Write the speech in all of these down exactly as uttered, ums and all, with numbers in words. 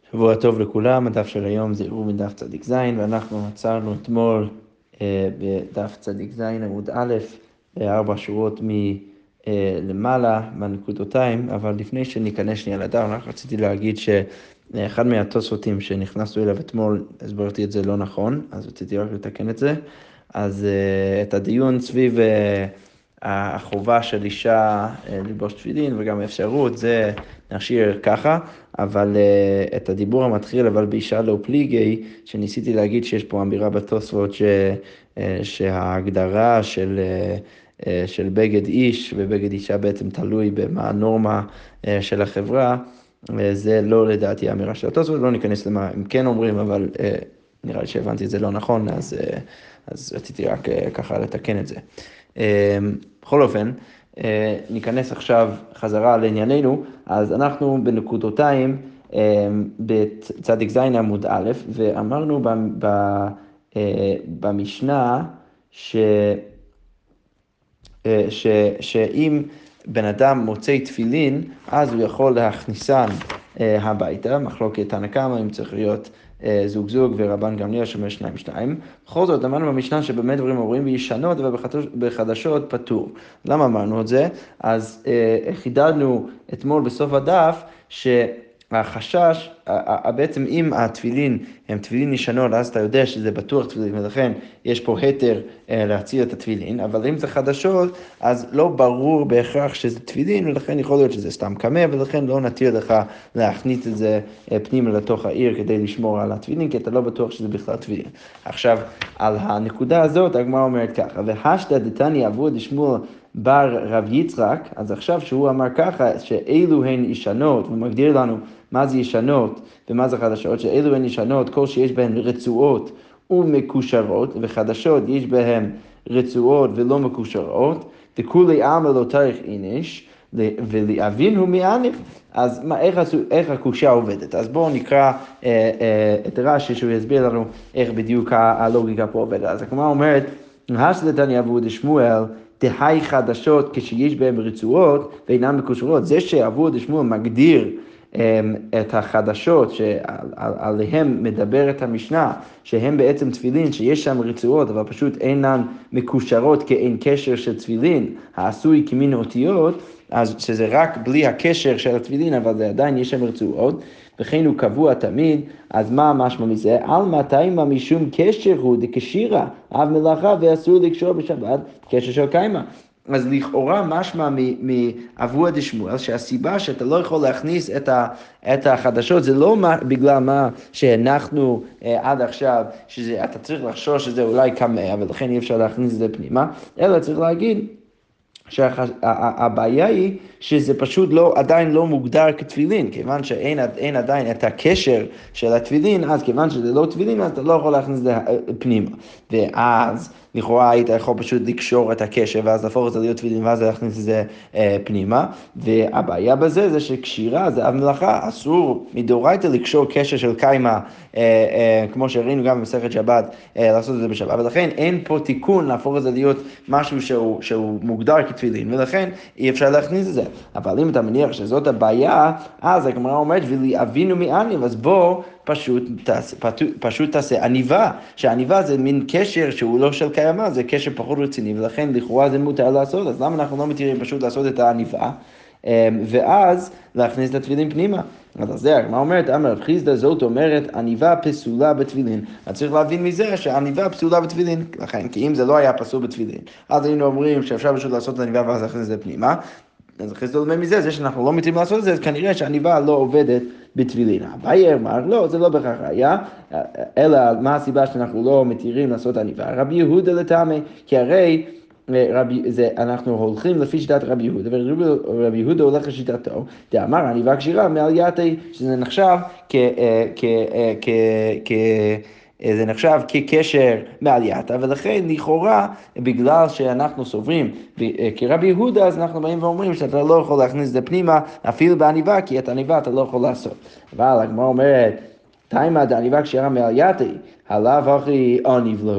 שבוע טוב לכולם, הדף של היום זה עירוב מדף צדיק זין, ואנחנו עצרנו אתמול אה, בדף צדיק זין עמוד א', בארבע שורות מלמעלה, בנקודותיים, אבל לפני שניכנס שנייה לדף, רק רציתי להגיד שאחד מהתוספותים שנכנסנו אליו אתמול, הסברתי את זה לא נכון, אז רציתי רק לתקן את זה. אז אה, את הדיון סביב אה, החובה של אישה אה, ללבוש תפילין וגם האפשרות, זה נשאיר ככה, אבל uh, את הדיבור המתחיל, אבל באישה לא פליגי, שניסיתי להגיד שיש פה אמירה בתוספות ש, uh, שההגדרה של, uh, uh, של בגד איש ובגד אישה בעצם תלוי במה הנורמה uh, של החברה, uh, זה לא לדעתי האמירה של התוספות, לא ניכנס למה הם כן אומרים, אבל uh, נראה לי שהבנתי את זה לא נכון, אז, uh, אז רציתי רק uh, ככה לתקן את זה. Uh, בכל אופן, ניכנס עכשיו חזרה לענייננו, אז אנחנו בנקודותיים בצדיק זין עמוד א', ואמרנו במשנה ש, ש, שאם בן אדם מוצא תפילין, אז הוא יכול להכניסן הביתה, מחלוקת תנא קמא, אם צריך להיות זוג זוג ורבן גמליאל שאומר שניים שתיים. בכל זאת, אמרנו במשנה שבאמת דברים אומרים בישנות ובחדשות פטור. למה אמרנו את זה? אז אה, חידדנו אתמול בסוף הדף שהחשש, בעצם אם התפילין הם תפילין ישנות, אז אתה יודע שזה בטוח תפילין, ולכן יש פה היתר אה, להציע את התפילין, אבל אם זה חדשות, אז לא ברור בהכרח שזה תפילין, ולכן יכול להיות שזה סתם קמא, ולכן לא נתיר לך להכניס את זה אה, פנימה לתוך העיר כדי לשמור על התפילין, כי אתה לא בטוח שזה בכלל תפילין. עכשיו, על הנקודה הזאת, הגמרא אומרת ככה, והשתא דתניא אבוה דשמואל בר רב יצחק, אז עכשיו שהוא אמר ככה, שאלו הן ישנות, הוא מגדיר לנו מה זה ישנות ומה זה חדשות, שאלו הן ישנות, כל שיש בהן רצועות ומקושרות, וחדשות יש בהן רצועות ולא מקושרות, וכולי עלמא לא צריך איניש, ולהבין הוא מעניף. אז מה, איך, איך הקושיה עובדת? אז בואו נקרא אה, אה, את רש"י שהוא יסביר לנו איך בדיוק הלוגיקה פה עובדת. אז הכמה אומרת, השתא דתניא אבוה דשמואל, דהי חדשות כשיש בהם רצועות ואינן מקושרות. זה שאבוה דשמואל מגדיר את החדשות שעליהם מדברת המשנה, שהם בעצם תפילין שיש שם רצועות, אבל פשוט אינן מקושרות כאין קשר של תפילין, העשוי כמין אותיות, אז שזה רק בלי הקשר של התפילין, אבל זה עדיין יש שם רצועות, וכן הוא קבוע תמיד, אז מה משמע מזה? על מתיימה משום קשר הוא דקשירה, אב מלאכה ואסור לקשור בשבת, קשר של קיימה. אז לכאורה משמע מאבוה דשמואל, שהסיבה שאתה לא יכול להכניס את, ה, את החדשות, זה לא מה, בגלל מה שהנחנו אה, עד עכשיו, שאתה צריך לחשוב שזה אולי קמא, אבל לכן אי אפשר להכניס את זה פנימה, אלא צריך להגיד, שהבעיה היא שזה פשוט לא, עדיין לא מוגדר כתפילין, כיוון שאין אין עדיין את הקשר של התפילין, אז כיוון שזה לא תפילין, אז אתה לא יכול להכניס את זה פנימה. ואז לכאורה היית יכול פשוט לקשור את הקשר, ואז להפוך את זה להיות תפילין, ואז להכניס את זה אה, פנימה. והבעיה בזה זה שקשירה, זה אב מלאכה, אסור מדאורייתא לקשור קשר של קיימה, אה, אה, כמו שראינו גם במסכת שבת, אה, לעשות את זה בשבת. ולכן אין פה תיקון להפוך את זה להיות משהו שהוא, שהוא מוגדר כתפילין, ולכן אי אפשר להכניס את זה. אבל אם אתה מניח שזאת הבעיה, אז הגמרא אומרת, ולהבינו מעניב, אז בוא פשוט, פשוט, פשוט תעשה עניבה, שהעניבה זה מין קשר שהוא לא של קיימה, זה קשר פחות רציני, ולכן לכאורה זה מותר לעשות, אז למה אנחנו לא מתירים פשוט לעשות את העניבה, ואז להכניס את התפילין פנימה? אז זה, מה אומרת? אמר רב חיסדא, זאת אומרת, עניבה פסולה בתפילין. אז צריך להבין מזה שעניבה פסולה בתפילין, לכן, כי אם זה לא היה פסול בתפילין, אז היינו אומרים שאפשר פשוט לעשות את העניבה ואז להכניס את זה פנימה, אז אחרי זה אומר מזה, זה שאנחנו לא מתאים לעשות את זה, אז כנראה שהעניבה לא עובדת בתפילין. אביי אמר, לא, זה לא בכך היה, אלא מה הסיבה שאנחנו לא מתירים לעשות עניבה? רבי יהודה לטעמי, כי הרי רבי, זה, אנחנו הולכים לפי שיטת רבי יהודה, ורבי יהודה הולך לשיטתו, דאמר עניבה כשירה מעלייתי, שזה נחשב כ... כ, כ, כ זה נחשב כקשר מעלייתא, ולכן לכאורה, בגלל שאנחנו סוברים כרבי יהודה, אז אנחנו באים ואומרים שאתה לא יכול להכניס את זה פנימה, אפילו בעניבה, כי את העניבה אתה לא יכול לעשות. אבל הגמרא אומרת, תימא דעניבה כשירה מעלייתי, הלאו הכי עניב לו,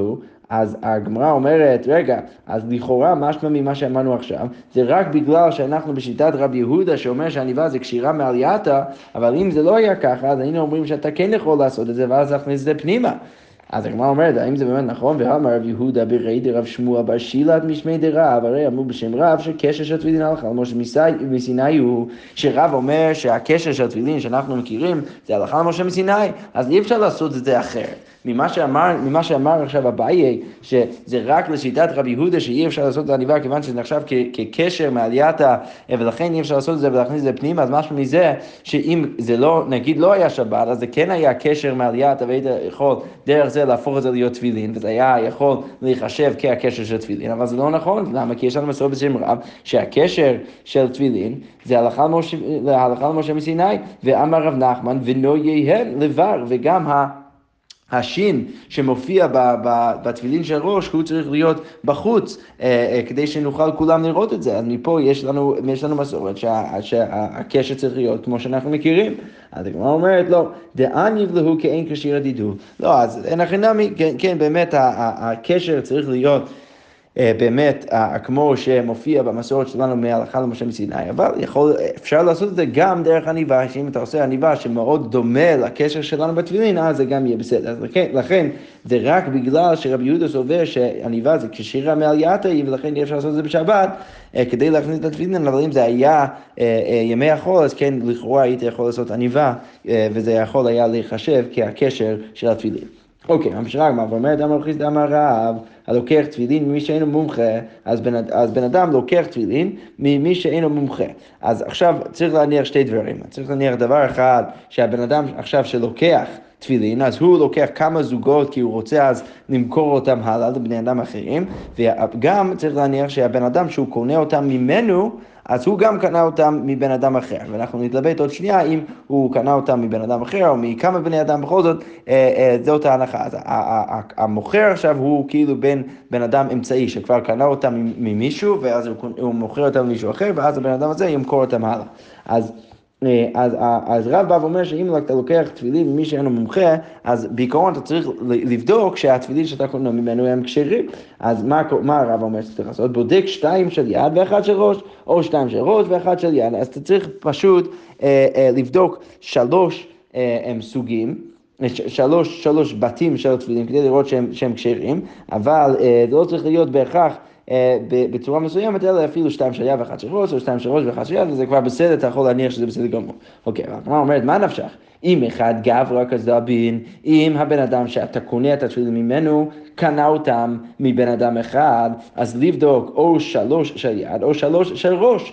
אז הגמרא אומרת, רגע, אז לכאורה משמע ממה שאמרנו עכשיו, זה רק בגלל שאנחנו בשיטת רבי יהודה שאומר שהעניבה זה קשירה מעלייתה, אבל אם זה לא היה ככה, אז היינו אומרים שאתה כן יכול לעשות את זה, ואז להכניס את זה פנימה. אז הגמרא אומרת, האם זה באמת נכון? ואמר רב יהודה ברי דרב שמוע בר שילת משמי דרב, הרי אמרו בשם רב שקשר של תפילין הלכה למשה מסיני הוא, שרב אומר שהקשר של תפילין שאנחנו מכירים זה הלכה למשה מסיני, אז אי אפשר לעשות את זה אחרת. ממה שאמר, ממה שאמר עכשיו אביי, שזה רק לשיטת רבי יהודה שאי אפשר לעשות את העניבה כיוון שזה נחשב כקשר מעלייתה, ולכן אי אפשר לעשות את זה ולהכניס את זה פנימה, אז משהו מזה שאם זה לא, נגיד לא היה שבת, אז זה כן היה קשר מעלייתה והיית יכול דרך זה להפוך את זה להיות תפילין, וזה היה יכול להיחשב כהקשר של תפילין, אבל זה לא נכון. למה? כי יש לנו מסורת בשם רב שהקשר של תפילין זה הלכה למשה מסיני, ואמר רב נחמן ונו יהן לבר, וגם ה... השין שמופיע בתפילין של ראש, הוא צריך להיות בחוץ, כדי שנוכל כולם לראות את זה. אז מפה יש לנו, יש לנו מסורת שהקשר צריך להיות כמו שאנחנו מכירים. אז הגמרא אומרת, לא, דאן יבלהו כאין קשיר דידו. לא, אז אין הכי נמי, כן, כן, באמת הקשר צריך להיות באמת, כמו שמופיע במסורת שלנו מההלכה למשה מסיני, אבל יכול, אפשר לעשות את זה גם דרך עניבה, שאם אתה עושה עניבה שמאוד דומה לקשר שלנו בתפילין, אז זה גם יהיה בסדר. אז לכן, לכן זה רק בגלל שרבי יהודה סובר שעניבה זה כשירה מעלייתה, ולכן אי אפשר לעשות את זה בשבת, כדי להכניס את התפילין, אבל אם זה היה ימי החול, אז כן, לכאורה היית יכול לעשות עניבה, וזה יכול היה להיחשב כהקשר של התפילין. אוקיי, המשנה הגמרא ואומרת, אמר חיסד אמר רב, הלוקח תפילין ממי שאינו מומחה, אז בן, אז בן אדם לוקח תפילין ממי שאינו מומחה. אז עכשיו צריך להניח שתי דברים. צריך להניח דבר אחד, שהבן אדם עכשיו שלוקח תפילין, אז הוא לוקח כמה זוגות, כי הוא רוצה אז למכור אותם הלאה לבני אדם אחרים, וגם צריך להניח שהבן אדם שהוא קונה אותם ממנו, אז הוא גם קנה אותם מבן אדם אחר, ואנחנו נתלבט עוד שנייה אם הוא קנה אותם מבן אדם אחר, או מכמה בני אדם בכל זאת, זאת ההנחה. אז המוכר עכשיו הוא כאילו בן, בן אדם אמצעי, שכבר קנה אותם ממישהו, ואז הוא מוכר אותם למישהו אחר, ואז הבן אדם הזה ימכור אותם הלאה. אז אז, אז רב בא ואומר שאם אתה לוקח תפילין ממי שאינו מומחה, אז בעיקרון אתה צריך לבדוק שהתפילין שאתה קונה ממנו הם כשרים. אז מה, מה הרב אומר שצריך לעשות? בודק שתיים של יד ואחד של ראש, או שתיים של ראש ואחד של יד. אז אתה צריך פשוט אה, אה, לבדוק שלוש אה, הם סוגים, שלוש, שלוש בתים של התפילין כדי לראות שהם, שהם כשרים, אבל אה, זה לא צריך להיות בהכרח בצורה מסוימת, אלא אפילו שתיים של יד ואחד של ראש, או שתיים של ראש ואחד של יד, וזה כבר בסדר, אתה יכול להניח שזה בסדר גמור. אוקיי, מה אומרת, מה נפשך? אם אחד גברא כזבין, אם הבן אדם שאתה קונה את התפילין ממנו, קנה אותם מבן אדם אחד, אז לבדוק או שלוש של יד, או שלוש של ראש.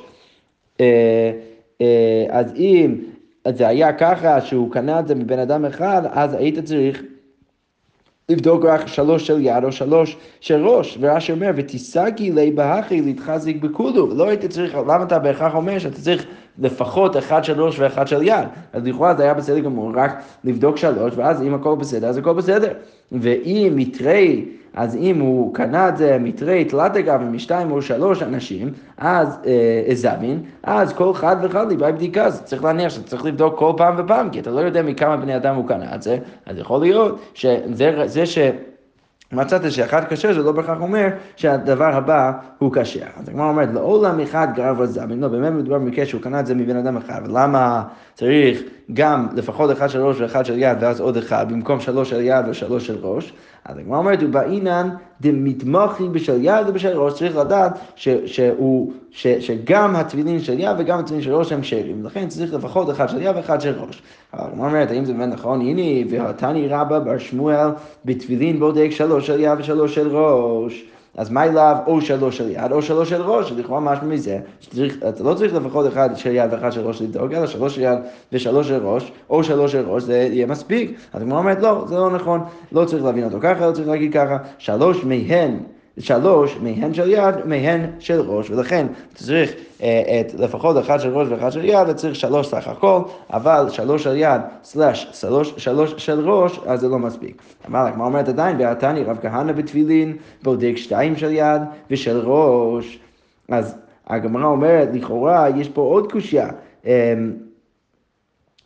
אז אם זה היה ככה, שהוא קנה את זה מבן אדם אחד, אז היית צריך לבדוק רק שלוש של יד או שלוש של ראש, ורש"י אומר, ותיסגי לי בהכי להתחזק בכולו, לא היית צריך, למה אתה בהכרח אומר שאתה צריך לפחות אחד של ראש ואחד של יד, אז לכאורה זה היה בסדר גמור, רק לבדוק שלוש, ואז אם הכל בסדר, אז הכל בסדר, ואם מתרי, אז אם הוא קנה את זה מתרי תלת אגב משתיים או שלוש אנשים, אז אה, זמין, אז כל אחד ואחד לי בבדיקה, אז צריך להניח שצריך לבדוק כל פעם ופעם, כי אתה לא יודע מכמה בני אדם הוא קנה את זה, אז יכול להיות שזה זה ש... מצאת שאחד כשר, זה לא בכך אומר שהדבר הבא הוא כשר. אז הגמרא אומרת, לעולם אחד גברא זמין, לא, באמת מדובר במקרה שהוא קנה את זה מבן אדם אחד, ולמה צריך גם לפחות אחד של ראש ואחד של יד, ואז עוד אחד, במקום שלוש של יד ושלוש של ראש, אז הגמרא אומרת, הוא בעינן דמתמחי בשל יד ובשל ראש, צריך לדעת ש, שהוא, ש, שגם התפילין של יד וגם התפילין של ראש הם כשרים, לכן צריך לפחות אחד של יד ואחד של ראש. אבל הגמרא אומרת, האם זה באמת נכון? הנה, והתני רבא בר שמואל בתפילין בודק שלוש של יד ושלוש של ראש. אז מה אליו? או שלוש של יד או שלוש של ראש, לכאורה משהו מזה, שצריך, אתה לא צריך לפחות אחד של יד ואחד של ראש לבדוק, אלא שלוש של יד ושלוש של ראש, או שלוש של ראש, זה יהיה מספיק. אז הגמרא אומרת, לא, זה לא נכון, לא צריך להבין אותו ככה, לא צריך להגיד ככה, שלוש מהן, שלוש מהן של יד, מהן של ראש, ולכן אתה צריך את לפחות אחד של ראש ואחד של יד, אתה צריך שלוש סך הכל, אבל שלוש של יד סלש שלוש, שלוש של ראש, אז זה לא מספיק. אמר לך, מה אומרת עדיין? והתני רב כהנא בתפילין, בודק שתיים של יד ושל ראש. אז הגמרא אומרת, לכאורה יש פה עוד קושיה,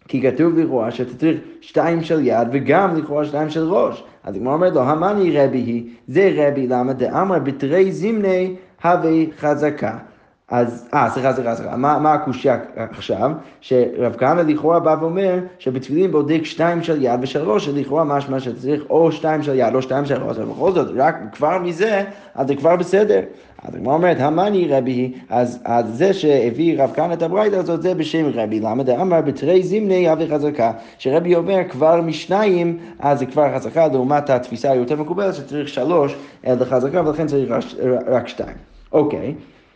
כי כתוב לכאורה שאתה צריך שתיים של יד וגם לכאורה שתיים של ראש. אז הגמרא אומרת לו, המאני רבי היא, זה רבי, למה דאמר בתרי זימני הווי חזקה. אז, אה, סליחה, סליחה, סליחה, מה, מה הקושיה עכשיו? שרב כהנא לכאורה בא ואומר שבתפילין בודק שתיים של יד ושל ראש, שלכאורה משמע שצריך או שתיים של יד או שתיים של ראש, אבל בכל זאת, רק כבר מזה, אז זה כבר בסדר. אז הגמרא אומרת, המאני רבי, אז, אז זה שהביא רב כהנא את הברייתא הזאת, זה בשם רבי, למה דאמר בתרי זימני הווי חזקה, שרבי אומר כבר משניים, אז זה כבר חזקה, לעומת התפיסה היותר מקובלת, שצריך שלוש לחזקה, ולכן צריך רק, רק שתיים. אוקיי.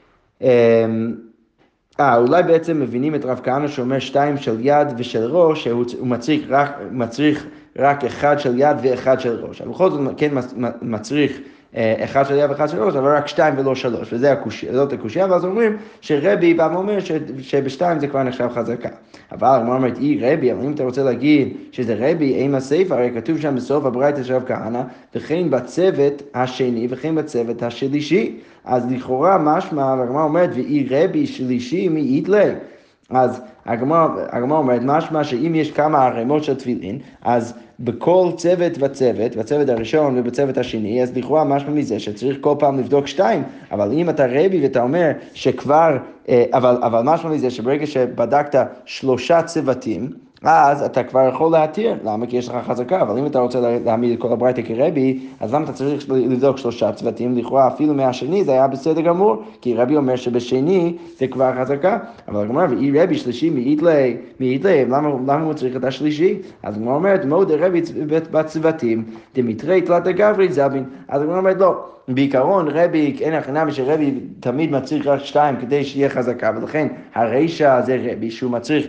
אה, אולי בעצם מבינים את רב כהנא שאומר שתיים של יד ושל ראש, שהוא מצריך רק, מצריך רק אחד של יד ואחד של ראש. אבל בכל זאת כן מצריך אחד של יד ואחד של ראש, אבל רק שתיים ולא שלוש, וזה הקושיה, זאת הקושיה, ואז אומרים שרבי בא ואומר שבשתיים זה כבר נחשב חזקה. אבל הוא אומרת, אי רבי, אבל אם אתה רוצה להגיד שזה רבי, אימה סייפה, הרי כתוב שם בסוף הברייתא של רב כהנא, וכן בצוות השני וכן בצוות השלישי. אז לכאורה משמע, והגמרא אומרת, ואי רבי שלישי מאית ליה. אז הגמרא אומרת, משמע שאם יש כמה ערימות של תפילין, אז בכל צוות וצוות, בצוות הראשון ובצוות השני, אז לכאורה משמע מזה שצריך כל פעם לבדוק שתיים, אבל אם אתה רבי ואתה אומר שכבר, אבל, אבל משמע מזה שברגע שבדקת שלושה צוותים, אז אתה כבר יכול להתיר, למה? כי יש לך חזקה, אבל אם אתה רוצה להעמיד את כל הברייתא כרבי, אז למה אתה צריך לבדוק שלושה צוותים? לכאורה אפילו מהשני זה היה בסדר גמור, כי רבי אומר שבשני זה כבר חזקה, אבל הגמרא ואי רבי שלישי מאית ליה, מאית ליה, למה, למה הוא צריך את השלישי? אז הגמרא אומרת, מוד רבי בצוותים, דמיתרי תלת גברי זבין, אז הגמרא אומרת לא. בעיקרון רבי, אין הכנמי שרבי תמיד מצריך רק שתיים כדי שיהיה חזקה, ולכן הרישא זה רבי שהוא מצריך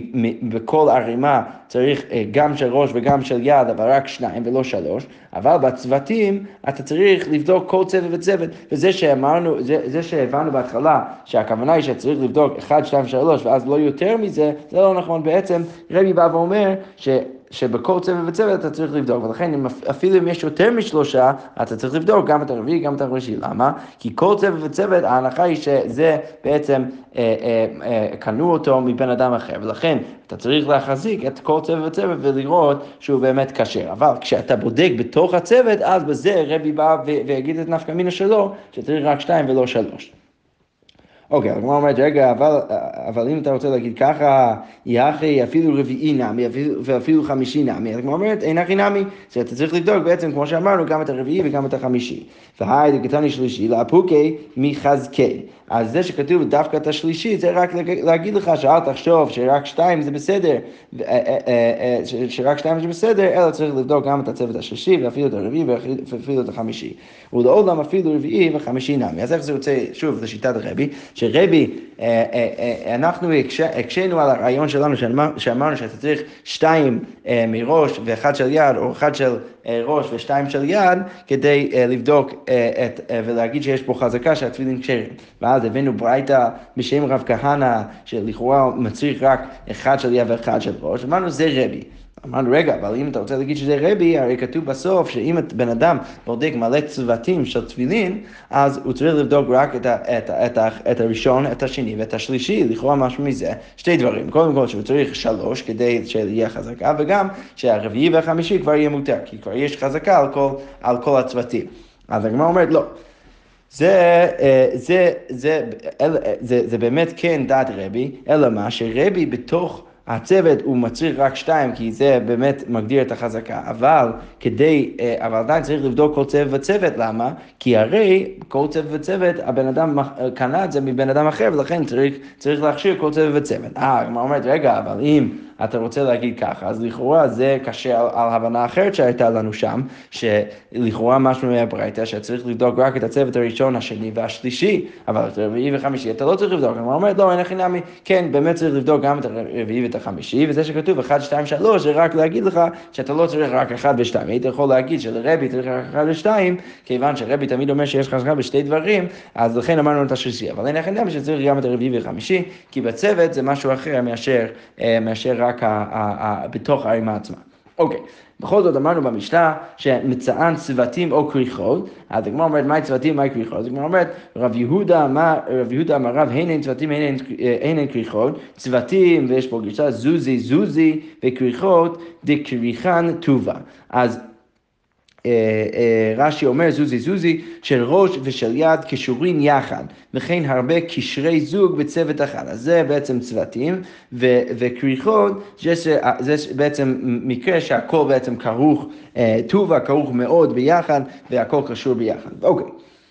בכל ערימה צריך גם של ראש וגם של יד, אבל רק שניים ולא שלוש, אבל בצוותים אתה צריך לבדוק כל צוות וצוות, וזה שאמרנו, זה, זה שהבנו בהתחלה שהכוונה היא שצריך לבדוק אחד, שתיים, שלוש, ואז לא יותר מזה, זה לא נכון בעצם, רבי בא ואומר ש... שבכל צוות וצוות אתה צריך לבדוק, ולכן אפילו אם יש יותר משלושה, אתה צריך לבדוק גם את הרביעי, גם את הרביעי. למה? כי כל צוות וצוות, ההנחה היא שזה בעצם אה, אה, אה, קנו אותו מבן אדם אחר, ולכן אתה צריך להחזיק את כל צוות וצוות ולראות שהוא באמת כשר. אבל כשאתה בודק בתוך הצוות, אז בזה רבי בא ויגיד את נפקא מינה שלו, שצריך רק שתיים ולא שלוש. אוקיי, הגמרא אומרת, רגע, אבל, אבל אם אתה רוצה להגיד ככה, יחי אפילו רביעי נמי, ואפילו חמישי נמי, הגמרא אומרת, אין הכי נמי, שאתה צריך לבדוק בעצם, כמו שאמרנו, גם את הרביעי וגם את החמישי. והי, דקתני שלישי, לאפוקי מחזקי. אז זה שכתוב דווקא את השלישי, זה רק להגיד לך שאל תחשוב שרק שתיים זה בסדר, שרק שתיים זה בסדר, אלא צריך לבדוק גם את הצוות השלישי, ואפילו את הרביעי ואפילו את החמישי. ולעולם אפילו רביעי וחמישי נמי. אז איך זה יוצא, שוב, לשיטת הרבי, שרבי, אנחנו הקשינו על הרעיון שלנו, שאמרנו שאתה צריך שתיים מראש ואחד של יד, או אחד של ראש ושתיים של יד, כדי לבדוק ולהגיד שיש פה חזקה שהתפילין כשרים. ואז הבאנו ברייתא בשם רב כהנא, שלכאורה מצריך רק אחד של יד ואחד של ראש, אמרנו זה רבי. אמרנו, רגע, אבל אם אתה רוצה להגיד שזה רבי, הרי כתוב בסוף שאם בן אדם בודק מלא צוותים של תפילין, אז הוא צריך לבדוק רק את, ה, את, ה, את, ה, את הראשון, את השני ואת השלישי, לכאורה משהו מזה. שתי דברים, קודם כל שהוא צריך שלוש כדי שיהיה חזקה, וגם שהרביעי והחמישי כבר יהיה מותר, כי כבר יש חזקה על כל, על כל הצוותים. אז הגמרא אומרת, לא. זה, זה, זה, זה, זה, זה באמת כן דעת רבי, אלא מה שרבי בתוך הצוות הוא מצריך רק שתיים, כי זה באמת מגדיר את החזקה, אבל כדי, אבל עדיין צריך לבדוק כל צוות וצוות, למה? כי הרי כל צוות וצוות, הבן אדם קנה את זה מבן אדם אחר, ולכן צריך, צריך להכשיר כל צוות וצוות. אה, כמו אומרת, רגע, אבל אם אתה רוצה להגיד ככה, אז לכאורה זה קשה על, על הבנה אחרת שהייתה לנו שם, שלכאורה משהו מהברייתא, שצריך לבדוק רק את הצוות הראשון, השני והשלישי, אבל את הרביעי וחמישי אתה לא צריך לבדוק. אני אומרת, לא, אין הכי נמי, כן, באמת צריך לבדוק גם את הרביעי ואת החמישי, וזה שכתוב אחד, שתיים, שלוש, זה רק להגיד לך שאתה לא צריך רק אחד ושתיים. היית יכול להגיד שלרבי צריך רק אחד ושתיים, כיוון שרבי תמיד אומר שיש חזקה בשתי דברים, אז לכן אמרנו את השלישי. אבל אין הכי נמי שצריך גם את הרביעי וחמישי, כי בצוות זה משהו אחר מאשר, מאשר רק ה, ה, ה, בתוך הערימה עצמה. אוקיי, בכל זאת אמרנו במשנה שמצאן צוותים או כריכות, אז הגמרא אומרת מהי צוותים, מהי כריכות? אז הגמרא אומרת רב יהודה אמר, רב יהודה אמר רב הן צוותים הן כריכות, צוותים ויש פה גרסה זוזי זוזי וכריכות דקריכן טובה. אז רש"י אומר זוזי זוזי של ראש ושל יד קשורים יחד, וכן הרבה קשרי זוג בצוות אחד. אז זה בעצם צוותים, וכריכות זה בעצם מקרה שהכל בעצם כרוך, טובה כרוך מאוד ביחד, והכל קשור ביחד. אוקיי.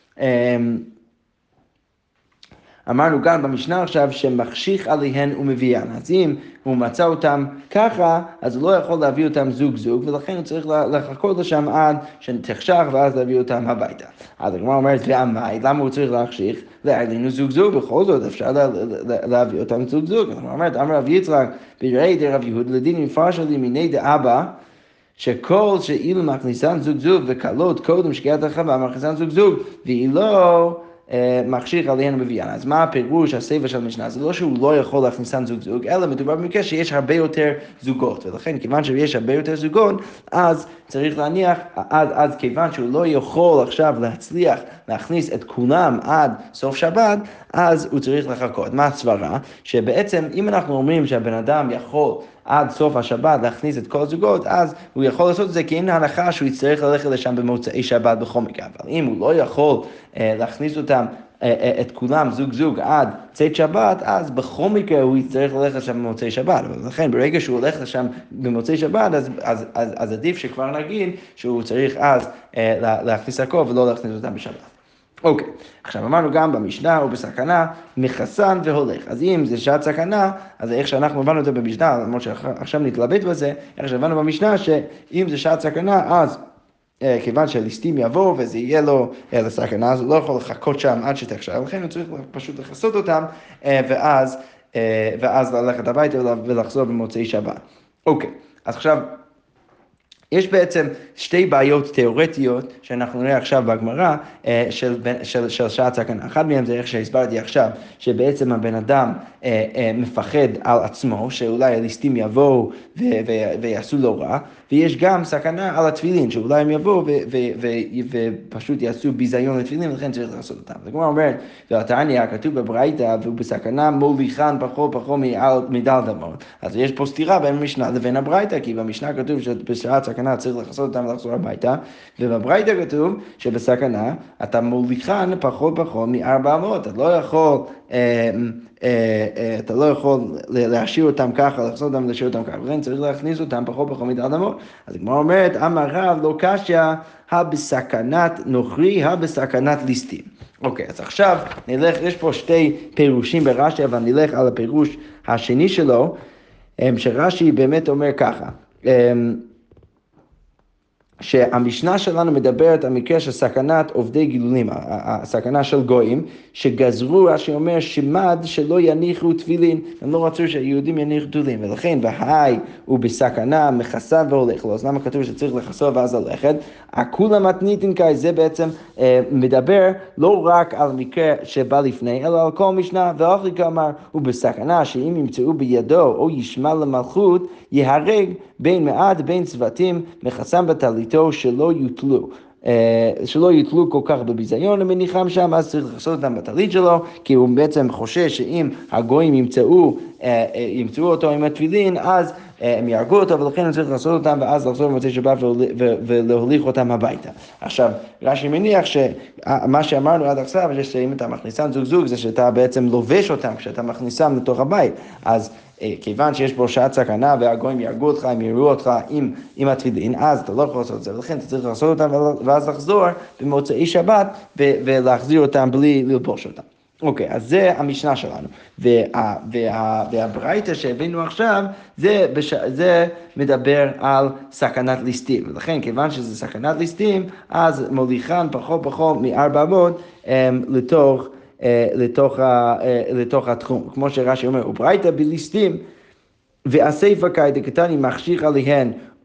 אמרנו גם במשנה עכשיו שמחשיך עליהן ומביאן. אז אם הוא מצא אותם ככה, אז הוא לא יכול להביא אותם זוג זוג, ולכן הוא צריך לחכות לשם עד שתחשך ואז להביא אותם הביתה. אז הגמרא אומרת, ועמי, למה הוא צריך להחשיך? לעלינו זוג זוג, בכל זאת אפשר להביא אותם זוג זוג. הגמרא אומרת, אמר רב יצחק, בראי דרב יהודה לדין מפרש לי מיני דאבא, שכל שאילו מכניסן זוג זוג וקלות קודם שקיעת החווה מכניסן זוג זוג, והיא לא מחשיך עליהן ומביאן. אז מה הפירוש הספר של המשנה? זה לא שהוא לא יכול להכניסן זוג זוג, אלא מדובר במקרה שיש הרבה יותר זוגות, ולכן כיוון שיש הרבה יותר זוגות, אז צריך להניח, אז, אז כיוון שהוא לא יכול עכשיו להצליח להכניס את כולם עד סוף שבת, אז הוא צריך לחכות. מה הסברה? שבעצם אם אנחנו אומרים שהבן אדם יכול עד סוף השבת להכניס את כל הזוגות, אז הוא יכול לעשות את זה כי אין ההנחה שהוא יצטרך ללכת לשם במוצאי שבת בכל מקרה. אבל אם הוא לא יכול אה, להכניס אותם, אה, אה, את כולם זוג זוג עד צאת שבת, אז בכל מקרה הוא יצטרך ללכת לשם במוצאי שבת. ולכן ברגע שהוא הולך לשם במוצאי שבת, אז, אז, אז, אז עדיף שכבר נגיד שהוא צריך אז אה, להכניס הכל ולא להכניס אותם בשבת. אוקיי, עכשיו אמרנו גם במשנה או בסכנה, מחסן והולך. אז אם זה שעת סכנה, אז איך שאנחנו הבנו את זה במשנה, למרות שעכשיו נתלבט בזה, איך שהבנו במשנה שאם זה שעת סכנה, אז אה, כיוון שהליסטים יבוא וזה יהיה לו אה, לסכנה, אז הוא לא יכול לחכות שם עד שתחשב, לכן הוא צריך פשוט לחסות אותם, אה, ואז, אה, ואז ללכת הביתה ולחזור במוצאי שבת. אוקיי, אז עכשיו, יש בעצם שתי בעיות תיאורטיות שאנחנו נראה עכשיו בגמרא של, של, של שעת סכנה. אחד מהם זה איך שהסברתי עכשיו, שבעצם הבן אדם אה, אה, מפחד על עצמו, שאולי הליסטים יבואו ו- ו- ויעשו לו רע, ויש גם סכנה על התפילין, שאולי הם יבואו ו- ו- ו- ופשוט יעשו ביזיון לתפילין, ולכן צריך לעשות אותם. זה כמו אומרת, והתניא כתוב בברייתא, והוא בסכנה מוליכן פחות פחות מדל דמות. אז יש פה סתירה בין המשנה לבין הברייתא, כי במשנה כתוב שבשעת סכנה צריך לחסות אותם ולחזור הביתה, ובברייתא כתוב שבסכנה אתה מוליכן פחות פחות מארבע מאות, אתה לא יכול, אה, אה, אה, אתה לא יכול להשאיר אותם ככה, לחסות אותם ולהשאיר אותם ככה, ולכן צריך להכניס אותם פחות פחות מדל דמות. אז הגמרא אומרת, אמר רב לא קשיא, הבסכנת נוכרי, הבסכנת ליסטים. אוקיי, אז עכשיו נלך, יש פה שתי פירושים ברש"י, אבל נלך על הפירוש השני שלו, שרש"י באמת אומר ככה, שהמשנה שלנו מדברת על מקרה של סכנת עובדי גילולים, הסכנה של גויים, שגזרו, רש"י אומר, שמד שלא יניחו תפילין, הם לא רצו שהיהודים יניחו תפילין, ולכן בהי הוא בסכנה, מכסה והולך לו, אז למה כתוב שצריך לחסות ואז ללכת? הכולה מתניתין כאי, זה בעצם אה, מדבר לא רק על מקרה שבא לפני, אלא על כל משנה, ואחרי כמה הוא בסכנה, שאם ימצאו בידו או ישמע למלכות, יהרג בין מעט בין צוותים, מכסם בתליתו שלא יוטלו. שלא יוטלו כל כך בביזיון למניחם שם, אז צריך לחסות אותם בתלית שלו, כי הוא בעצם חושש שאם הגויים ימצאו, ימצאו אותו עם התפילין, אז הם יהרגו אותו, ולכן הוא צריך לעשות אותם, ואז לחזור במוצאי שבת ולהוליך אותם הביתה. עכשיו, רש"י מניח שמה שאמרנו עד עכשיו, זה שאם אתה מכניסם זוג זוג, זה שאתה בעצם לובש אותם כשאתה מכניסם לתוך הבית. אז כיוון שיש בו שעת סכנה, והגויים יהרגו אותך, הם יראו אותך עם, עם התפילין, אז אתה לא יכול לעשות את זה, ולכן אתה צריך לעשות אותם, ואז לחזור במוצאי שבת, ולהחזיר אותם בלי ללבוש אותם. אוקיי, אז זה המשנה שלנו, וה, וה, והברייתא שהבאנו עכשיו, זה, בש, זה מדבר על סכנת ליסטים, ולכן כיוון שזה סכנת ליסטים, אז מוליכן פחות פחות מארבע מאות לתוך, לתוך, לתוך התחום, כמו שרש"י אומר, וברייתא בליסטים, והסיפא כאי דקתני מחשיך עליהן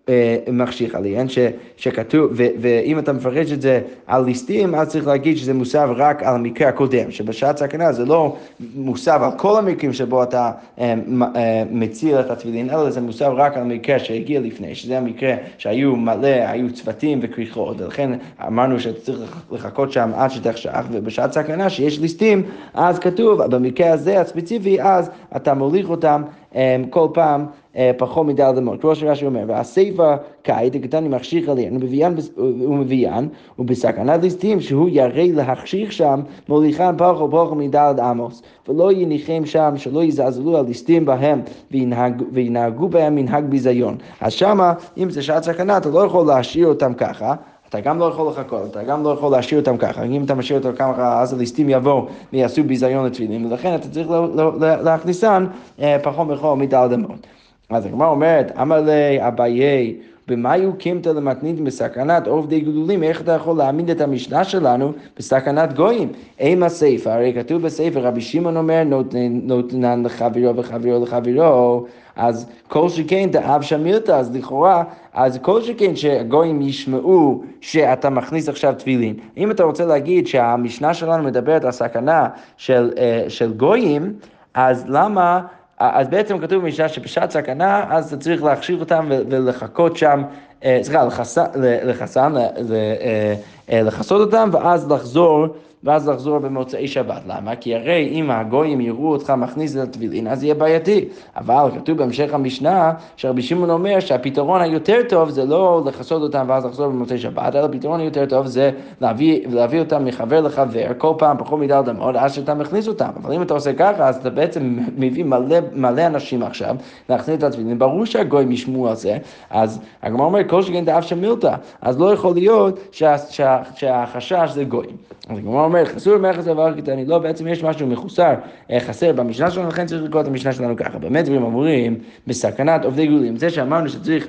מחשיך עליהן, ש, שכתוב, ו, ואם אתה מפרש את זה על ליסטים, אז צריך להגיד שזה מוסב רק על המקרה הקודם, שבשעת סכנה זה לא מוסב על כל המקרים שבו אתה אה, אה, מציל את התפילין, אלא זה מוסב רק על המקרה שהגיע לפני, שזה המקרה שהיו מלא, היו צוותים וכריכות, ולכן אמרנו שאתה צריך לחכות שם עד שתחשך, ובשעת סכנה שיש ליסטים, אז כתוב, במקרה הזה הספציפי, אז אתה מוליך אותם כל פעם פחות מדלת אמות, כמו שרש"י אומר, והסיפא כעת, הקטן מחשיך עליהן, ומביאן, ובסכנת ליסטים, שהוא ירא להחשיך שם, מוליכן פחות פחות מדלת אמות, ולא יניחם שם, שלא יזעזלו על ליסטים בהם, וינהגו בהם מנהג ביזיון. אז שמה, אם זה שעת סכנה, אתה לא יכול להשאיר אותם ככה, אתה גם לא יכול לחכות, אתה גם לא יכול להשאיר אותם ככה, אם אתה משאיר אותם ככה, אז הליסטים יבואו ויעשו ביזיון לתפילין, ולכן אתה צריך להכניסן פחות פחות מדלת אמות. אז הגמרא אומרת, אמר לי אביי, במה יוקימת למתנית בסכנת עובדי גדולים, איך אתה יכול להעמיד את המשנה שלנו בסכנת גויים? אימה ספר, הרי כתוב בספר, רבי שמעון אומר, נותנן לחברו וחברו לחברו, אז כל שכן דאב שמילתא, אז לכאורה, אז כל שכן שהגויים ישמעו שאתה מכניס עכשיו תפילין. אם אתה רוצה להגיד שהמשנה שלנו מדברת על סכנה של, של גויים, אז למה... אז בעצם כתוב במשנה שבשעת סכנה, אז אתה צריך להכשיר אותם ולחכות שם, סליחה, לחסן, לחסות אותם, ואז לחזור, ואז לחזור במוצאי שבת. למה? כי הרי אם הגויים יראו אותך מכניס את התפילין, אז יהיה בעייתי. אבל כתוב בהמשך המשנה, שרבי שמעון אומר שהפתרון היותר טוב זה לא לחסות אותם ואז לחזור במוצאי שבת, אלא הפתרון היותר טוב זה להביא, להביא אותם מחבר לחבר, כל פעם פחות מדלת אמות, עד שאתה מכניס אותם. אבל אם אתה עושה ככה, אז אתה בעצם מביא מלא, מלא אנשים עכשיו להכניס את התפילין. ברור שהגויים ישמעו על זה, אז הגמרא אומר, כל שכן דאב שמילתא, אז לא יכול להיות שה, שה, שהחשש זה גויים. אז הגמרא אומר, חסור מרחס דבר קטני, לא, בעצם יש משהו מחוסר, חסר במשנה שלנו, לכן צריך לקרוא את המשנה שלנו ככה. באמת דברים אמורים בסכנת עובדי גדולים, זה שאמרנו שצריך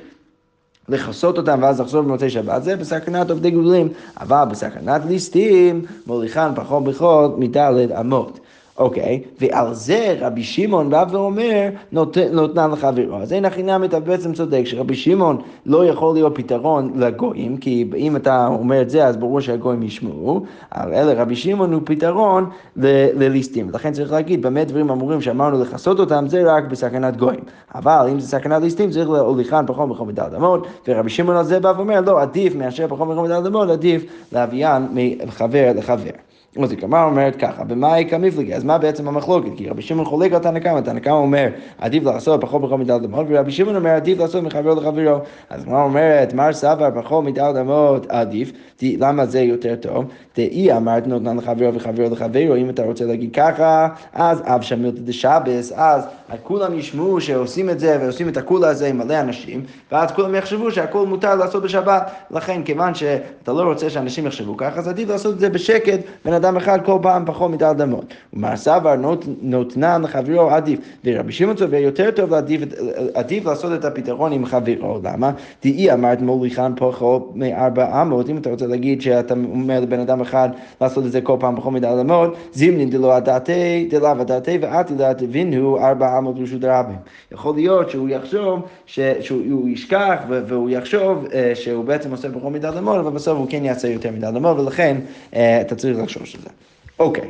לחסות אותם ואז לחזור במוצאי שבת, זה בסכנת עובדי גדולים, אבל בסכנת ליסטים מוליכן פחות פחות מדלת אמות. אוקיי, ועל זה רבי שמעון בא ואומר, נותנן לחברו. אז אין הכי נמי, אתה בעצם צודק, שרבי שמעון לא יכול להיות פתרון לגויים, כי אם אתה אומר את זה, אז ברור שהגויים ישמעו, אלא רבי שמעון הוא פתרון לליסטים. לכן צריך להגיד, באמת דברים אמורים שאמרנו לחסות אותם, זה רק בסכנת גויים. אבל אם זה סכנת ליסטים, צריך להוליכן פחות פחות מדלת אמות, ורבי שמעון על זה בא ואומר, לא, עדיף מאשר פחות פחות מדלת אמות, עדיף להביאן מחבר לחבר. אז הגמרא אומרת ככה, במאי כמפלגה, אז מה בעצם המחלוקת? כי רבי שמעון חולק על תנא קמא, תנא קמא אומר, עדיף לעשות פחות פחות מדלת אמות, ורבי שמעון אומר, עדיף לעשות מחברו לחברו. אז הגמרא אומרת, מר סבר פחות מדלת אמות עדיף, למה זה יותר טוב? דאי אמרת נותנן לחברו וחברו לחברו, אם אתה רוצה להגיד ככה, אז אב שמילתא דשבס, אז כולם ישמעו שעושים את זה, ועושים את הכולה הזה עם מלא אנשים, ואז כולם יחשבו שהכל מותר לעשות בשבת. לכן, כיוון שאתה לא רוצה שאנשים יחשבו ככה, אז עדיף לעשות את זה בשקט, בן אדם אחד כל פעם פחות מדלת אמות. ומר סבר נותנן לחברו עדיף, ורבי שמעון סובר יותר טוב לעדיף, עדיף לעשות את הפתרון עם חברו. למה? דאי אמרת מוליכן פחות מארבע אמות, אם אתה רוצה להגיד שאתה אומר לבן אדם אחד לעשות את זה כל פעם פחות מדלת אמות, זימנין דלא הדעתי, דלא הדעתי ועתי להבינו ארבע אמות ברשות רבים. יכול להיות שהוא יחשוב, שהוא ישכח והוא יחשוב שהוא בעצם עושה פחות מדלת אמות, אבל בסוף הוא כן יעשה יותר מדלת אמות, ולכן אתה צריך לחשוב שזה. אוקיי.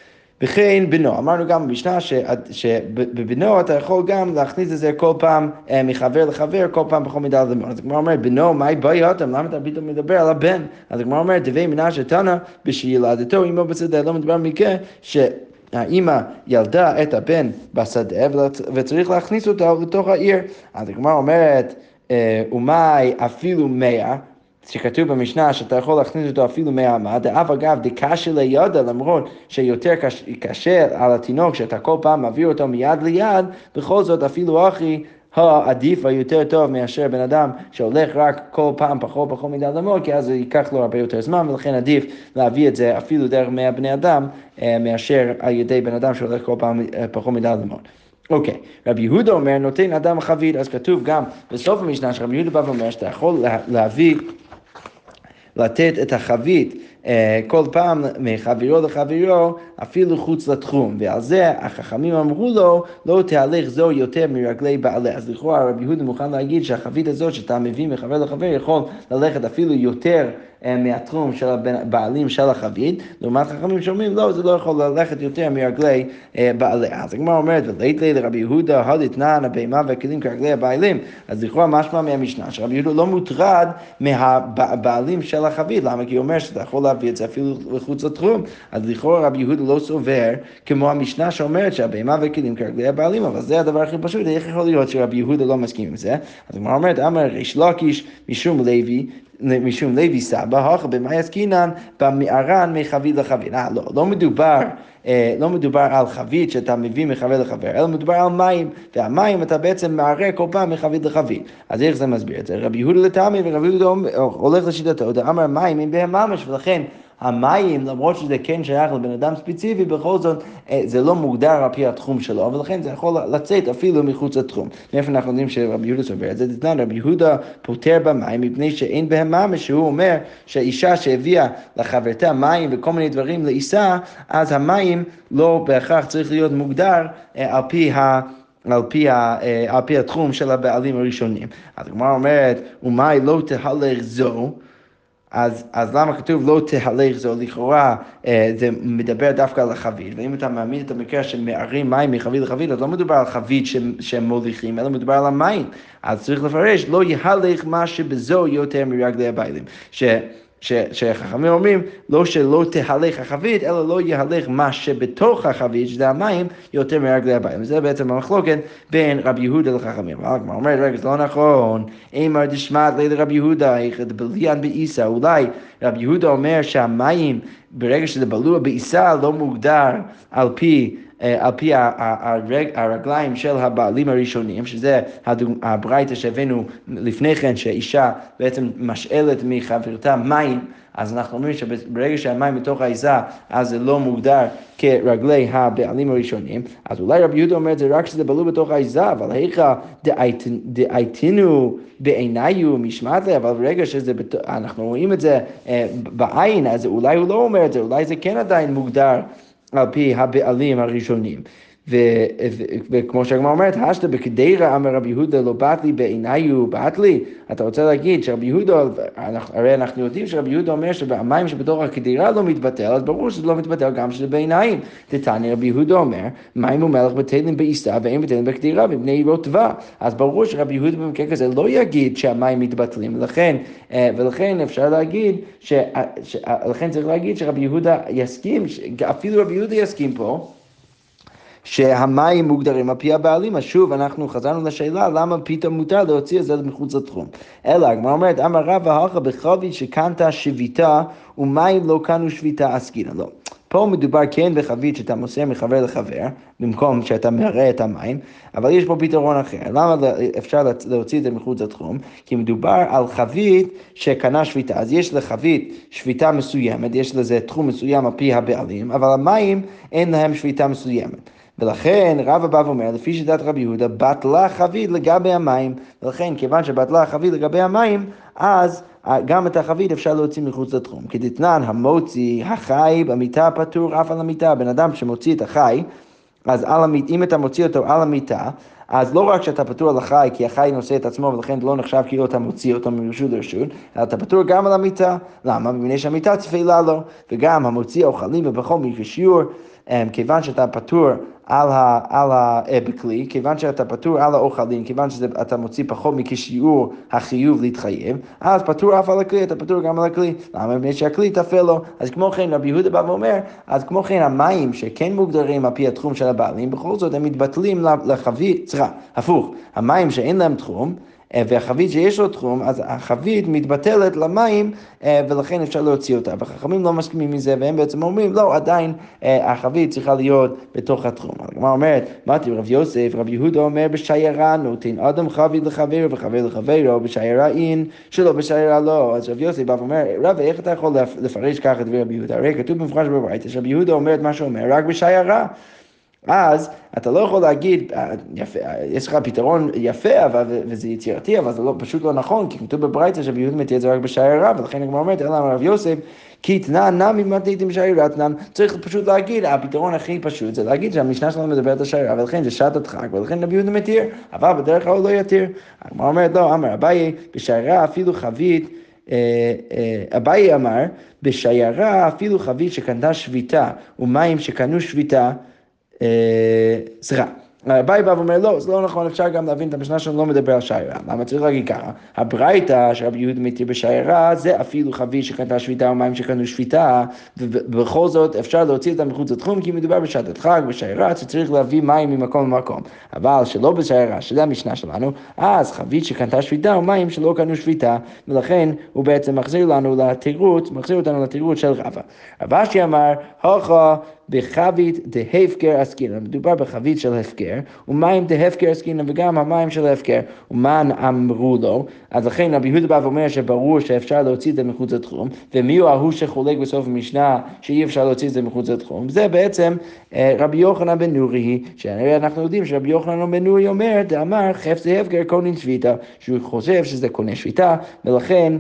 וכן בנו, אמרנו גם במשנה שבבנו אתה יכול גם להכניס את זה כל פעם מחבר לחבר, כל פעם פחות מדלת אמות. אז הגמרא אומרת, בנו, מהי בעייתם? למה אתה פתאום מדבר על הבן? אז הגמרא אומרת, דבי מנשה תנא בשילדתו, אמו בשדה, לא מדבר מקרה שהאימא ילדה את הבן בשדה וצריך להכניס אותה לתוך העיר. אז הגמרא אומרת, ומאי אפילו מאה, שכתוב במשנה שאתה יכול להכניס אותו אפילו מאה אמה, דאף אגב דקשה לידה, למרות שיותר קשה על התינוק שאתה כל פעם מעביר אותו מיד ליד, בכל זאת אפילו אחי העדיף היותר טוב מאשר בן אדם שהולך רק כל פעם פחות פחות מדלת אמות, כי אז זה ייקח לו הרבה יותר זמן, ולכן עדיף להביא את זה אפילו דרך מאה בני אדם מאשר על ידי בן אדם שהולך כל פעם פחות מדלת אמות. אוקיי, רבי יהודה אומר, נותן אדם חבית, אז כתוב גם בסוף המשנה שרבי יהודה בא ואומר שאתה יכול להביא לתת את החבית כל פעם מחברו לחברו, אפילו חוץ לתחום, ועל זה החכמים אמרו לו, לא תהלך זו יותר מרגלי בעלי. אז לכאורה רבי יהודה מוכן להגיד שהחבית הזאת שאתה מביא מחבר לחבר יכול ללכת אפילו יותר מהתחום של הבעלים של החבית, לעומת חכמים שאומרים, לא, זה לא יכול ללכת יותר מרגלי בעלי. אז הגמרא אומרת, ולית לי לרבי יהודה, הדתנן, הבהמה והכלים כרגלי הבעלים. אז לכאורה משמע מהמשנה, שרבי יהודה לא מוטרד מהבעלים של החבית, למה? כי הוא אומר שאתה יכול להביא את זה אפילו לחוץ לתחום. אז לכאורה רבי יהודה לא סובר כמו המשנה שאומרת שהבהמה והכלים כרגלי הבעלים, אבל זה הדבר הכי פשוט, איך יכול להיות שרבי יהודה לא מסכים עם זה? אז הגמרא אומרת, אמר ריש לקיש משום לוי, משום לוי סבא, הכה במאי עסקינן במערן מחבית לחבית. אה, לא, לא מדובר, אה, לא מדובר על חבית שאתה מביא מחבית לחבית, אלא מדובר על מים, והמים אתה בעצם מערה כל פעם מחבית לחבית. אז איך זה מסביר את זה? רבי יהודה לטעמי ורבי יהודה הולך לשיטתו, אמר מים אם בהם ממש, ולכן המים, למרות שזה כן שייך לבן אדם ספציפי, בכל זאת זה לא מוגדר על פי התחום שלו, ולכן זה יכול לצאת אפילו מחוץ לתחום. מאיפה אנחנו יודעים שרבי יהודה סובר את זה? דתנן, רבי יהודה פותר במים, מפני שאין בהם ממש, שהוא אומר שהאישה שהביאה לחברתה מים וכל מיני דברים לאישה, אז המים לא בהכרח צריך להיות מוגדר על פי ה... על פי, ה, על פי התחום של הבעלים הראשונים. אז הגמרא אומרת, ומאי לא תהלך זו, אז, אז למה כתוב לא תהלך זו? לכאורה זה מדבר דווקא על החבית, ואם אתה מאמין את המקרה שמערים מים מחבית לחבית, אז לא מדובר על חבית שהם מוליכים, אלא מדובר על המים. אז צריך לפרש, לא יהלך מה שבזו יותר מרגלי הבעלים. ש... שחכמים אומרים, לא שלא תהלך החבית, אלא לא יהלך מה שבתוך החבית, שזה המים, יותר מרגלי הבעלים. זה בעצם המחלוקת בין רבי יהודה לחכמים. הגמרא אומרת, רגע, זה לא נכון, אימר דשמט ליד רבי יהודה, בליין בעיסה, אולי רבי יהודה אומר שהמים, ברגע שזה בלוע בעיסה, לא מוגדר על פי... על פי הרגליים של הבעלים הראשונים, שזה הברייתא שהבאנו לפני כן, שאישה בעצם משאלת מחברתה מים, אז אנחנו אומרים שברגע שהמים מתוך העיזה, אז זה לא מוגדר כרגלי הבעלים הראשונים, אז אולי רבי יהודה אומר את זה רק שזה בלוע בתוך העיזה, אבל היכא דאייתנו בעיניו משמעת לי, אבל ברגע שאנחנו רואים את זה בעין, אז אולי הוא לא אומר את זה, אולי זה כן עדיין מוגדר, על פי הבעלים הראשונים. וכמו שהגמרא אומרת, השתא בקדירה אמר רבי יהודה לא באת לי בעיניו באת לי. אתה רוצה להגיד שרבי יהודה, הרי אנחנו יודעים שרבי יהודה אומר שהמים שבתוך הקדירה לא מתבטל, אז ברור שזה לא מתבטל גם שזה בעיניים. תתניא רבי יהודה אומר, מים ומלח בטלים בעיסה ואין בטלים בקדירה ובני רוטבה. אז ברור שרבי יהודה במקרה כזה לא יגיד שהמים מתבטלים, ולכן, ולכן אפשר להגיד, ש, ש, לכן צריך להגיד שרבי יהודה יסכים, אפילו רבי יהודה יסכים פה, שהמים מוגדרים על פי הבעלים. אז שוב אנחנו חזרנו לשאלה למה פתאום מותר להוציא את זה מחוץ לתחום. אלא הגמרא אומרת, אמר רבא הכה בחבית שקנתה שביתה ומים לא קנו שביתה עסקינן. לא. פה מדובר כן בחבית שאתה מוסר מחבר לחבר, במקום שאתה מראה את המים, אבל יש פה פתרון אחר. למה אפשר להוציא את זה מחוץ לתחום? כי מדובר על חבית שקנה שביתה. אז יש לחבית שביתה מסוימת, יש לזה תחום מסוים על פי הבעלים, אבל המים אין להם שביתה מסוימת. ולכן רבא בא ואומר, לפי שיטת רבי יהודה, בטלה חבית לגבי המים, ולכן כיוון שבטלה חבית לגבי המים, אז גם את החבית אפשר להוציא מחוץ לתחום. כדתנן המוציא החי במיטה פטור אף על המיטה. בן אדם שמוציא את החי, אז על המיטה, אם אתה מוציא אותו על המיטה, אז לא רק שאתה פטור על החי, כי החי נושא את עצמו, ולכן לא נחשב כאילו אתה מוציא אותו מרשות לרשות, אלא אתה פטור גם על המיטה. למה? מפני שהמיטה תפלה לו, וגם המוציא אוכלים ובכל מכשיור, כיוון שאתה פטור על ה, על ה, בכלי, כיוון שאתה פטור על האוכלים, כיוון שאתה מוציא פחות מכשיעור החיוב להתחייב, אז פטור אף על הכלי, אתה פטור גם על הכלי. למה? מפני שהכלי תפל לו. אז כמו כן רבי יהודה בא ואומר, אז כמו כן המים שכן מוגדרים על פי התחום של הבעלים, בכל זאת הם מתבטלים לחבית, סליחה, הפוך, המים שאין להם תחום, והחבית שיש לו תחום, אז החבית מתבטלת למים, ולכן אפשר להוציא אותה. והחכמים לא מסכימים מזה, והם בעצם אומרים, לא, עדיין החבית צריכה להיות בתוך התחום. הגמרא אומרת, מתי רב יוסף, רב יהודה אומר בשיירה, נותן אדם חבית לחבר וחבר לחברו, בשיירה אין, שלא בשיירה לא. אז רב יוסף בא ואומר, רב, איך אתה יכול לפרש ככה את רבי יהודה? הרי כתוב במפורש בברייתא, שרבי יהודה אומר את מה שאומר, רק בשיירה. אז אתה לא יכול להגיד, יפה, יש לך פתרון יפה, אבל, וזה יצירתי, אבל זה לא, פשוט לא נכון, כי כתוב בברייתא שרבי יהודה מתיר את זה רק בשיירה, ולכן הגמרא אומרת, אלא אמר רב יוסף, כי תנן נמי מתניתים בשיירה, תנן, צריך פשוט להגיד, הפתרון הכי פשוט זה להגיד שהמשנה שלנו מדברת על שיירה, ולכן זה שעת הדחק, ולכן רבי יהודה מתיר, אבל בדרך כלל הוא לא יתיר. הגמרא אומרת, לא, אמר אביי, בשיירה אפילו חבית, אביי אמר, בשיירה אפילו חבית שקנתה שביתה, ומים שקנו שביתה, סליחה, אביי בא ואומר, לא, זה לא נכון, אפשר גם להבין את המשנה שלנו לא מדבר על שיירה. למה צריך להגיד ככה? הברייתא שרבי יהודה מתיר בשיירה, זה אפילו חבית שקנתה שביתה ומים שקנו שביתה, ובכל זאת אפשר להוציא אותם מחוץ לתחום, כי מדובר בשעת הדחק, בשיירה, שצריך להביא מים ממקום למקום. אבל שלא בשיירה, שזה המשנה שלנו, אז חבית שקנתה שביתה ומים שלא קנו שביתה, ולכן הוא בעצם מחזיר לנו לתירוץ, מחזיר אותנו לתירוץ של רבא. רבא שאמר, הוכה, בחבית דהפקר עסקינן, מדובר בחבית של הפקר, ומים דהפקר עסקינן, וגם המים של הפקר, ומן אמרו לו, אז לכן רבי יהודה בא ואומר שברור שאפשר להוציא את זה מחוץ לתחום, ומי הוא ההוא שחולק בסוף המשנה שאי אפשר להוציא את זה מחוץ לתחום, זה בעצם רבי יוחנן בן נורי, שאנחנו יודעים שרבי יוחנן בן נורי אומר, דאמר חפץ דהפקר קונין שביתה, שהוא חושב שזה קונה שביתה, ולכן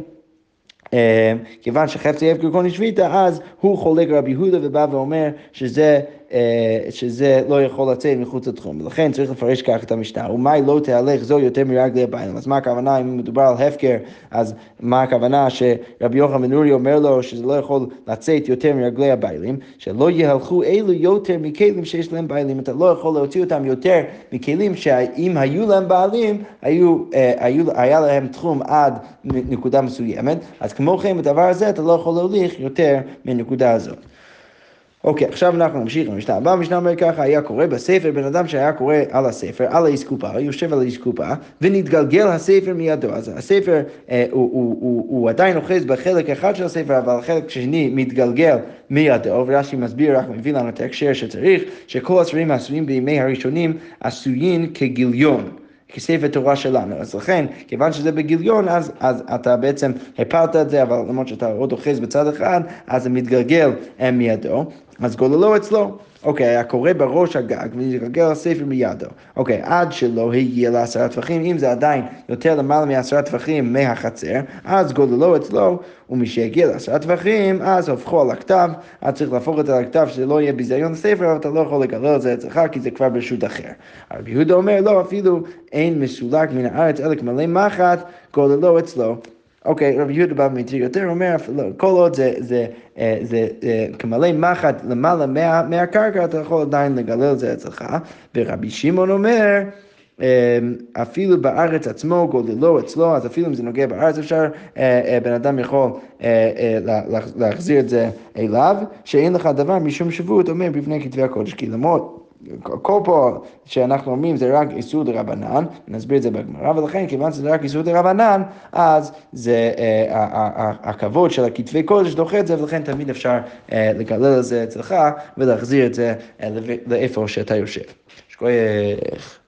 כיוון שחפץ דהפקר קונה שביתה, אז הוא חולק רבי יהודה ובא ואומר שזה, שזה לא יכול לצאת מחוץ לתחום. ולכן צריך לפרש כך את המשנה. ומאי לא תהלך זו יותר מרגלי הבעלים. אז מה הכוונה אם מדובר על הפקר? אז מה הכוונה שרבי יוחנן בן נורי אומר לו שזה לא יכול לצאת יותר מרגלי הבעלים? שלא יהלכו אלו יותר מכלים שיש להם בעלים. אתה לא יכול להוציא אותם יותר מכלים שאם היו להם בעלים, היו, היו, היה להם תחום עד נקודה מסוימת. אז כמו כן בדבר הזה אתה לא יכול להוליך יותר מנקודה הזאת. אוקיי, עכשיו אנחנו נמשיך למשנה הבאה. המשנה אומר ככה, היה קורא בספר, בן אדם שהיה קורא על הספר, על האסקופה, יושב על האסקופה, ונתגלגל הספר מידו. אז הספר, אה, הוא, הוא, הוא, הוא עדיין אוחז בחלק אחד של הספר, אבל החלק שני מתגלגל מידו, ורש"י מסביר, רק מביא לנו את ההקשר שצריך, שכל הספרים העשויים בימי הראשונים עשויים כגיליון. כספר תורה שלנו. אז לכן, כיוון שזה בגיליון, אז, אז אתה בעצם הפלת את זה, אבל למרות שאתה עוד אוחז בצד אחד, אז זה מתגלגל מידו, אז גוללו אצלו. אוקיי, היה קורא בראש הגג ומתגלגל הספר מידו. אוקיי, עד שלא הגיע לעשרה טפחים, אם זה עדיין יותר למעלה מעשרה טפחים מהחצר, אז גוללו אצלו, ומשהגיע לעשרה טפחים, אז הופכו על הכתב, אז צריך להפוך את זה על הכתב שזה לא יהיה ביזיון הספר, אבל אתה לא יכול לגלל את זה אצלך, כי זה כבר ברשות אחר. רבי יהודה אומר, לא, אפילו אין מסולק מן הארץ, אלא כמלא מחט, גוללו אצלו. אוקיי, רבי יהודה בא מתיר יותר, אומר, כל עוד זה, זה, זה, זה, זה כמלא מחט למעלה מה, מהקרקע, אתה יכול עדיין לגלל את זה אצלך. ורבי שמעון אומר, אפילו בארץ עצמו, גוללו אצלו, אז אפילו אם זה נוגע בארץ, אפשר, בן אדם יכול להחזיר את זה אליו, שאין לך דבר משום שבות, אומר בפני כתבי הקודש, כי למרות, כל פה שאנחנו אומרים זה רק איסור דרבנן, נסביר את זה בגמרא, ולכן כיוון שזה רק איסור דרבנן, אז זה הכבוד של הכתבי קודש דוחה את זה, ולכן תמיד אפשר לגלל את זה אצלך ולהחזיר את זה לאיפה שאתה יושב. שכוייך.